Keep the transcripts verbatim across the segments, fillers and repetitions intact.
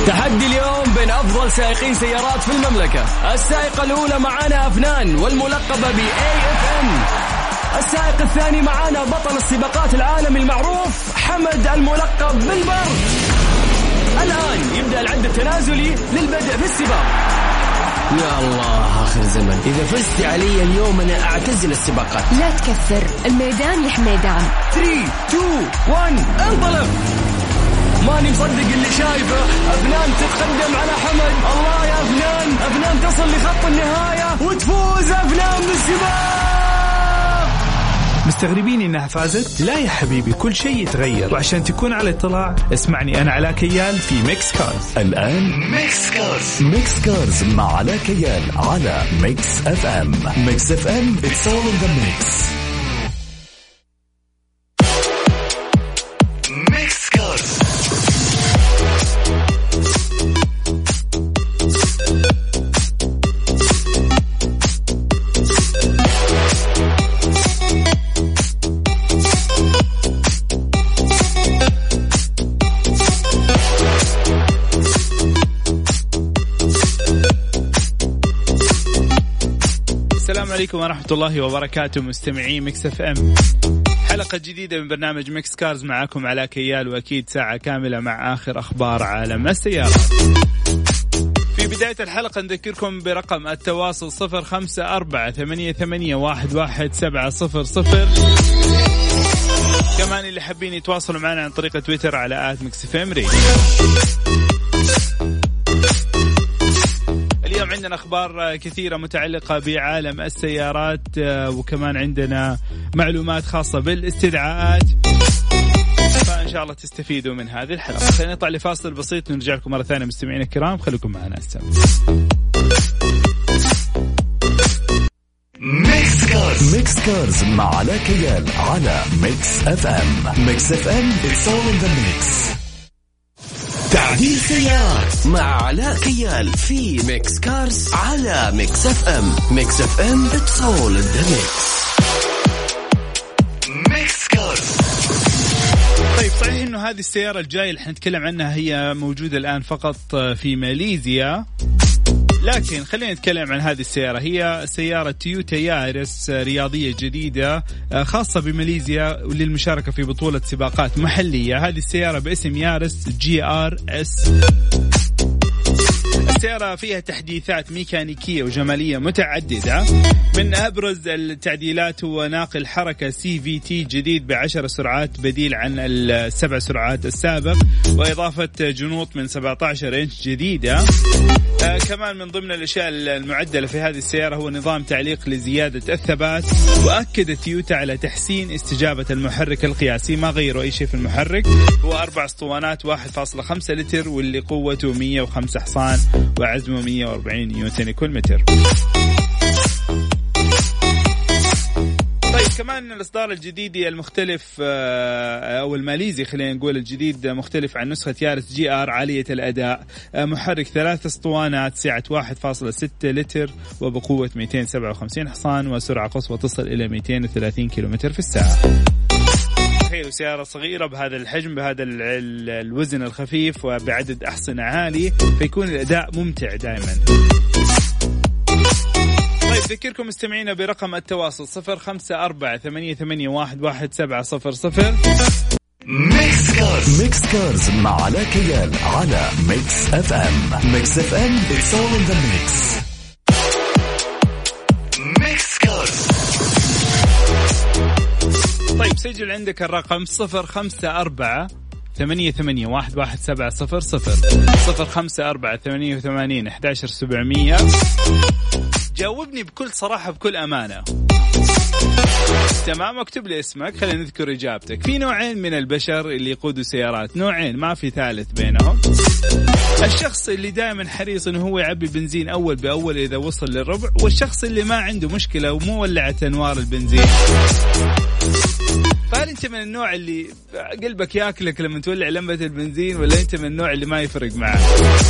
تحدي اليوم بين أفضل سائقين سيارات في المملكة. السائقة الأولى معانا أفنان والملقبة ب إيه إف إم. السائق الثاني معانا بطل السباقات العالمي المعروف حمد الملقب بالبر. الآن يبدأ العد التنازلي للبدء في السباق. يا الله آخر زمن، إذا فزت علي اليوم أنا أعتزل السباقات. لا تكثر، الميدان يحميدان. ثلاثة اثنين واحد انطلق. ماني مصدق اللي شايفه. أفنان تتقدم على حمد. الله يا أفنان، أفنان تصل لخط النهاية وتفوز أفنان بالسباق. مستغربين إنها فازت؟ لا يا حبيبي، كل شيء يتغير، وعشان تكون على اطلاع اسمعني أنا علاء كيال في ميكس كارز. الآن ميكس كارز. ميكس كارز مع علاء كيال على ميكس اف ام. ميكس اف ام it's all in the mix. ميكس كارز. السلام عليكم ورحمة الله وبركاته مستمعين ميكس اف ام. حلقة جديدة من برنامج ميكس كارز، معكم علاء كيال، وأكيد ساعة كاملة مع آخر أخبار عالم السيارة. في بداية الحلقة نذكركم برقم التواصل صفر خمسة أربعة ثمانية ثمانية واحد واحد سبعة صفر صفر. كمان اللي حابين يتواصلوا معنا عن طريق تويتر على آت ميكس اف ام راديو. اليوم عندنا أخبار كثيرة متعلقة بعالم السيارات، وكمان عندنا معلومات خاصة بالاستدعاءات، فإن شاء الله تستفيدوا من هذه الحلقة. خلينا نطلع لفاصل بسيط ونرجع لكم مرة ثانية مستمعين الكرام، خليكم معنا السلام. ميكس كارز. ميكس كارز مع علاء كيال على ميكس اف ام. ميكس اف ام it's all in the mix. تعديل سيارات مع علاء كيال في ميكس كارز على ميكس اف ام. ميكس اف ام it's all in the mix. ميكس كارز. طيب صحيح إنه هذه السيارة الجاية اللي حنتكلم عنها هي موجودة الآن فقط في ماليزيا، لكن خلينا نتكلم عن هذه السيارة. هي سيارة تويوتا يارس رياضية جديدة خاصة بماليزيا للمشاركة في بطولة سباقات محلية. هذه السيارة باسم يارس جي آر اس. السيارة فيها تحديثات ميكانيكية وجمالية متعددة. من أبرز التعديلات هو ناقل حركة سي في تي جديد بعشر سرعات بديل عن السبع سرعات السابق، وإضافة جنوط من سبعة عشر إنش جديدة. آه كمان من ضمن الأشياء المعدلة في هذه السيارة هو نظام تعليق لزيادة الثبات. وأكد تويوتا على تحسين استجابة المحرك القياسي، ما غيروا أي شيء في المحرك. هو أربع اسطوانات واحد فاصلة خمسة لتر، واللي قوته مية وخمسة حصان وعزمه مية وأربعين نيوتن كل متر. طيب كمان الإصدار الجديد المختلف أو الماليزي خلينا نقول الجديد مختلف عن نسخة يارس جي آر، عالية الأداء، محرك ثلاث اسطوانات، سعة واحد فاصلة ستة لتر، وبقوة مئتين وسبعة وخمسين حصان، وسرعة قصوى تصل إلى مئتين وثلاثين كيلومتر في الساعة. تخيلوا سيارة صغيرة بهذا الحجم، بهذا الوزن الخفيف، وبعدد أحصنة عالي، فيكون الأداء ممتع دائما. طيب ذكركم مستمعينا برقم التواصل صفر خمسة أربعة ثمانية ثمانية واحد واحد سبعة صفر صفر. ميكس كارز. ميكس كارز مع علاء كيال على ميكس اف ام. ميكس اف ام it's all in the mix. ميكس كارز. طيب سجل عندك الرقم صفر خمسة أربعة ثمانية ثمانية واحد واحد سبعة صفر صفر صفر خمسة أربعة ثمانية ثمانية أحد عشر سبعمية. جاوبني بكل صراحة بكل أمانة، تمام؟ اكتب لي اسمك، خلينا نذكر إجابتك. في نوعين من البشر اللي يقودوا سيارات، نوعين ما في ثالث بينهم. الشخص اللي دائما حريص انه هو يعبي بنزين اول باول اذا وصل للربع، والشخص اللي ما عنده مشكلة ومو ولعت انوار البنزين. فهل انت من النوع اللي قلبك ياكلك لما تولع لمبة البنزين، ولا انت من النوع اللي ما يفرق معك؟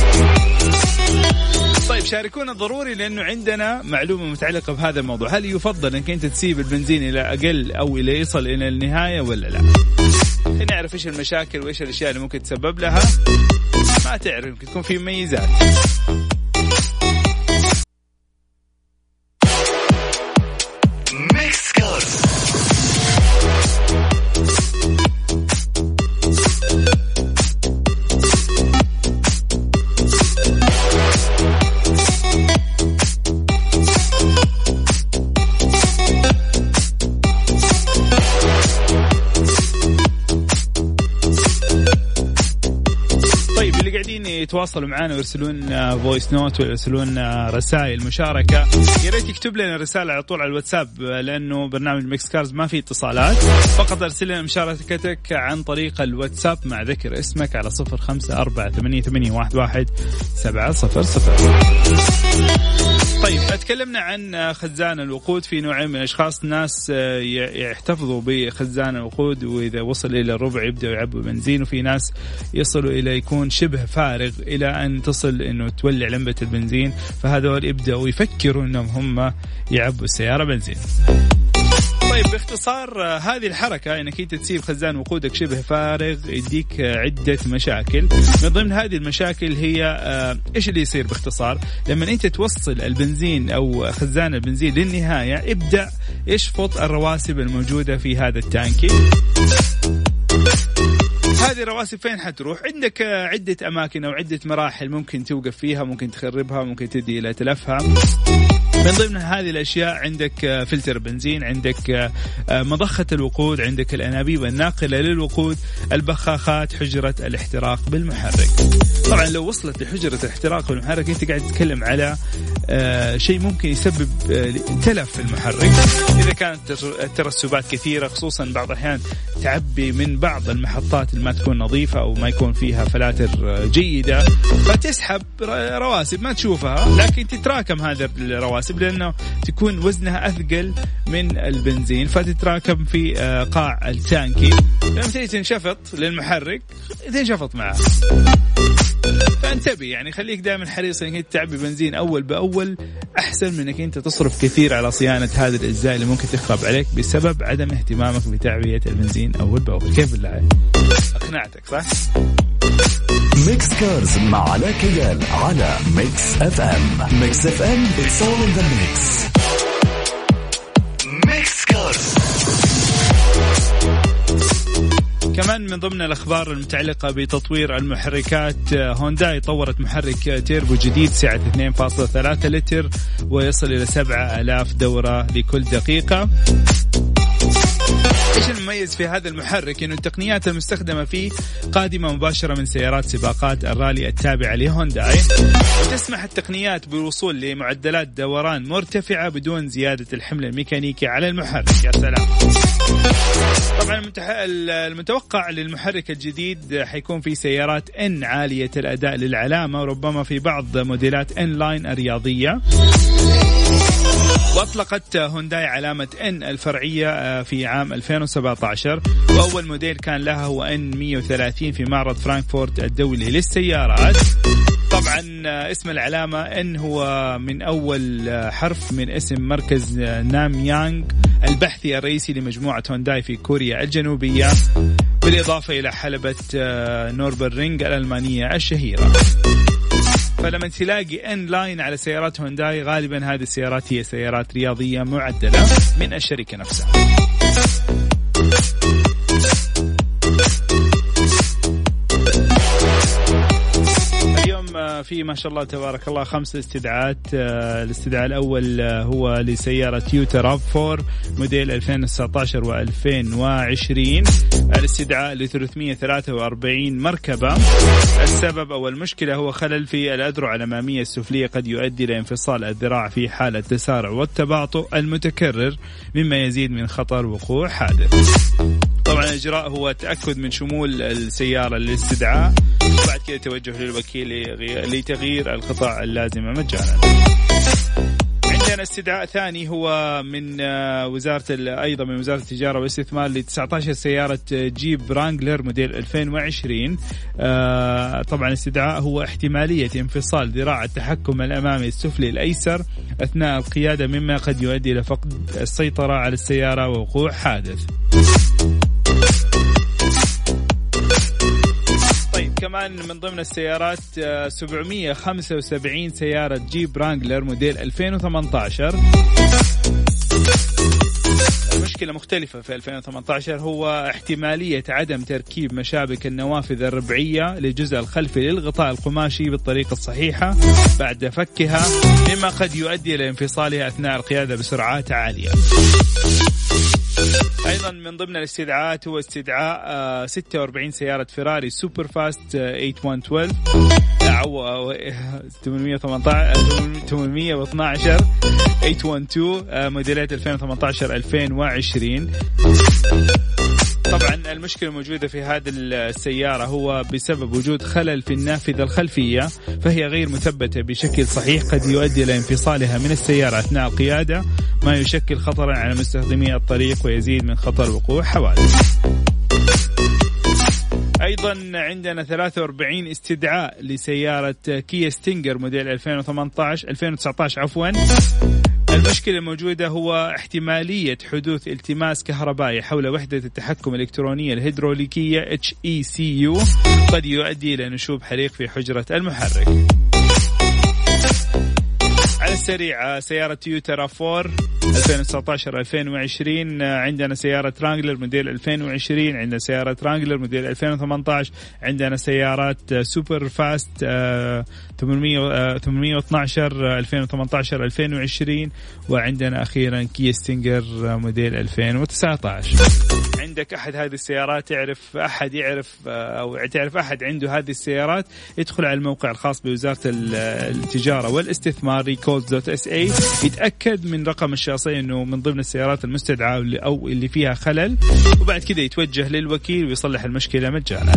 طيب شاركونا ضروري، لأنه عندنا معلومة متعلقة بهذا الموضوع. هل يفضل أنك أنت تسيب البنزين إلى أقل أو إلى يصل إلى النهاية ولا لا؟ نعرف إيش المشاكل وإيش الأشياء اللي ممكن تسبب لها، ما تعرف، يمكن تكون في مميزات. ميكس كارز. يتواصلوا معنا ويرسلون فويس نوت ويرسلون رسائل مشاركة، يا ريت يكتب لنا رسالة على طول على الواتساب، لأنه برنامج ميكس كارز ما فيه اتصالات، فقط ارسل لنا مشاركتك عن طريق الواتساب مع ذكر اسمك على صفر خمسة أربعة ثمانية ثمانية واحد واحد سبعة صفر صفر. طيب اتكلمنا عن خزان الوقود. في نوعين من الاشخاص، ناس يحتفظوا بخزان الوقود واذا وصل الى الربع يبداوا يعبوا بنزين، وفي ناس يصلوا الى يكون شبه فارغ الى ان تصل انه تولع لمبة البنزين، فهذول يبداوا يفكروا انهم هم يعبوا السيارة بنزين. طيب باختصار هذه الحركة انك انت تسيب خزان وقودك شبه فارغ يديك عدة مشاكل. من ضمن هذه المشاكل هي ايش اللي يصير باختصار؟ لما انت توصل البنزين او خزان البنزين للنهاية ابدأ يشفط الرواسب الموجودة في هذا التانكي. هذه الرواسب فين حتروح؟ عندك عدة أماكن أو عدة مراحل ممكن توقف فيها، ممكن تخربها، ممكن تدي إلى تلفها. من ضمن هذه الأشياء عندك فلتر بنزين، عندك مضخة الوقود، عندك الأنابيب الناقلة للوقود، البخاخات، حجرة الاحتراق بالمحرك. طبعا لو وصلت لحجرة الاحتراق بالمحرك أنت قاعد تتكلم على شيء ممكن يسبب تلف في المحرك إذا كانت الترسبات كثيرة، خصوصا بعض الأحيان تعبي من بعض المحطات اللي ما تكون نظيفة أو ما يكون فيها فلاتر جيدة، فتسحب رواسب ما تشوفها، لكن تتراكم هذه الرواسب لأنه تكون وزنها أثقل من البنزين، فتتراكم في قاع التانكي. لما تيجي تنشفط للمحرك تنشفط معه. فانتبه، يعني خليك دائما حريص انك تعبي بنزين اول باول، احسن من انك انت تصرف كثير على صيانه هذه الاجزاء اللي ممكن تخرب عليك بسبب عدم اهتمامك بتعبئه البنزين اول باول. كيف بالله؟ اقنعتك صح؟ ميكس كارز مع علاء كيال على ميكس اف ام. ميكس اف ام it's all in the mix. ميكس كارز. كمان من ضمن الأخبار المتعلقة بتطوير المحركات، هونداي طورت محرك تيربو جديد سعة اثنين فاصلة ثلاثة لتر ويصل إلى سبعة آلاف دورة لكل دقيقة. إيش المميز في هذا المحرك؟ إنه التقنيات المستخدمة فيه قادمة مباشرة من سيارات سباقات الرالي التابعة لهونداي، وتسمح التقنيات بالوصول لمعدلات دوران مرتفعة بدون زيادة الحمل الميكانيكي على المحرك. يا سلام! طبعا المتوقع للمحرك الجديد حيكون في سيارات إن عالية الأداء للعلامة، وربما في بعض موديلات إن لاين الرياضية. وأطلقت هونداي علامة إن الفرعية في عام ألفين وسبعة عشر، وأول موديل كان لها هو إن مئة وثلاثين في معرض فرانكفورت الدولي للسيارات. طبعا اسم العلامة إن هو من أول حرف من اسم مركز ناميانغ البحثي الرئيسي لمجموعة هونداي في كوريا الجنوبية، بالإضافة إلى حلبة نوربرينغ الألمانية الشهيرة. فلما تلاقي إن لاين على سيارات هونداي غالبا هذه السيارات هي سيارات رياضية معدلة من الشركة نفسها. في ما شاء الله تبارك الله خمس استدعاءات. الاستدعاء الأول هو لسيارة تويوتا راف فور موديل ألفين وتسعة عشر وألفين وعشرين، الاستدعاء ل ثلاثمئة وثلاثة وأربعين مركبة. السبب أو المشكلة هو خلل في الأذرع الأمامية السفلية قد يؤدي إلى انفصال الذراع في حالة التسارع والتباطؤ المتكرر، مما يزيد من خطر وقوع حادث. طبعا الإجراء هو التأكد من شمول السيارة للاستدعاء، وبعد كده توجه للوكيل لتغيير القطع اللازمة مجانا. عندنا استدعاء ثاني هو من وزارة أيضا من وزارة التجارة والاستثمار ل تسعة عشر سيارة جيب رانجلر موديل ألفين وعشرين. طبعا الاستدعاء هو احتمالية انفصال ذراع التحكم الأمامي السفلي الأيسر أثناء القيادة، مما قد يؤدي إلى فقد السيطرة على السيارة ووقوع حادث. كمان من ضمن السيارات سبعمية وخمسة وسبعين سيارة جيب رانجلر موديل ألفين وثمانية عشر. مشكلة مختلفة في ألفين وثمانية عشر هو احتمالية عدم تركيب مشابك النوافذ الربعية للجزء الخلفي للغطاء القماشي بالطريقة الصحيحة بعد فكها، مما قد يؤدي إلى انفصالها أثناء القيادة بسرعات عالية. أيضا من ضمن الاستدعاءات هو استدعاء ستة وأربعين سيارة فيراري سوبر فاست ثمانية واحد اثناشر أو ثمانمية واثني عشر ثمانية واحد اثنين موديلات ألفين وثمانية عشر ألفين وعشرين. طبعا المشكلة الموجودة في هذه السيارة هو بسبب وجود خلل في النافذة الخلفية، فهي غير مثبتة بشكل صحيح قد يؤدي إلى انفصالها من السيارة أثناء القيادة، ما يشكل خطرا على مستخدمي الطريق ويزيد من خطر وقوع حوادث. أيضا عندنا ثلاثة وأربعين استدعاء لسيارة كيا ستينجر موديل ألفين وثمانية عشر ألفين وتسعة عشر عفوا. المشكلة الموجودة هو احتمالية حدوث التماس كهربائي حول وحدة التحكم الإلكترونية الهيدروليكية إتش إي سي يو قد يؤدي إلى نشوب حريق في حجرة المحرك. على السريع سيارة تويوتا رافور ألفين وتسعة عشر ألفين وعشرين، عندنا سيارة رانجلر موديل ألفين وعشرين، عندنا سيارة رانجلر موديل ألفين وثمانية عشر، عندنا سيارات سوبر فاست ثمانمية واثني عشر ألفين وثمانية عشر ألفين وعشرين، وعندنا أخيرا كيا ستينجر موديل ألفين وتسعة عشر. عندك أحد هذه السيارات، تعرف أحد يعرف أو تعرف أحد عنده هذه السيارات، يدخل على الموقع الخاص بوزارة التجارة والاستثمار ريكولز دوت إس إيه، يتأكد من رقم الشخصية أنه من ضمن السيارات المستدعاة أو اللي فيها خلل، وبعد كده يتوجه للوكيل ويصلح المشكلة مجانا.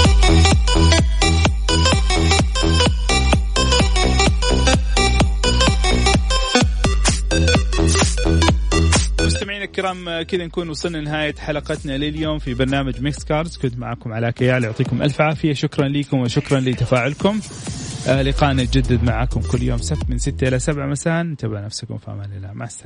مستمعينا الكرام، كذا نكون وصلنا لنهاية حلقتنا لليوم في برنامج ميكس كارز. كنت معكم علاء كيال، يعطيكم ألف عافية. شكرا لكم وشكرا لتفاعلكم. آه لقاءنا يتجدد معكم كل يوم سبت من ستة إلى سبعة مساء. انتبهوا نفسكم في أمان الله. مع السلامة.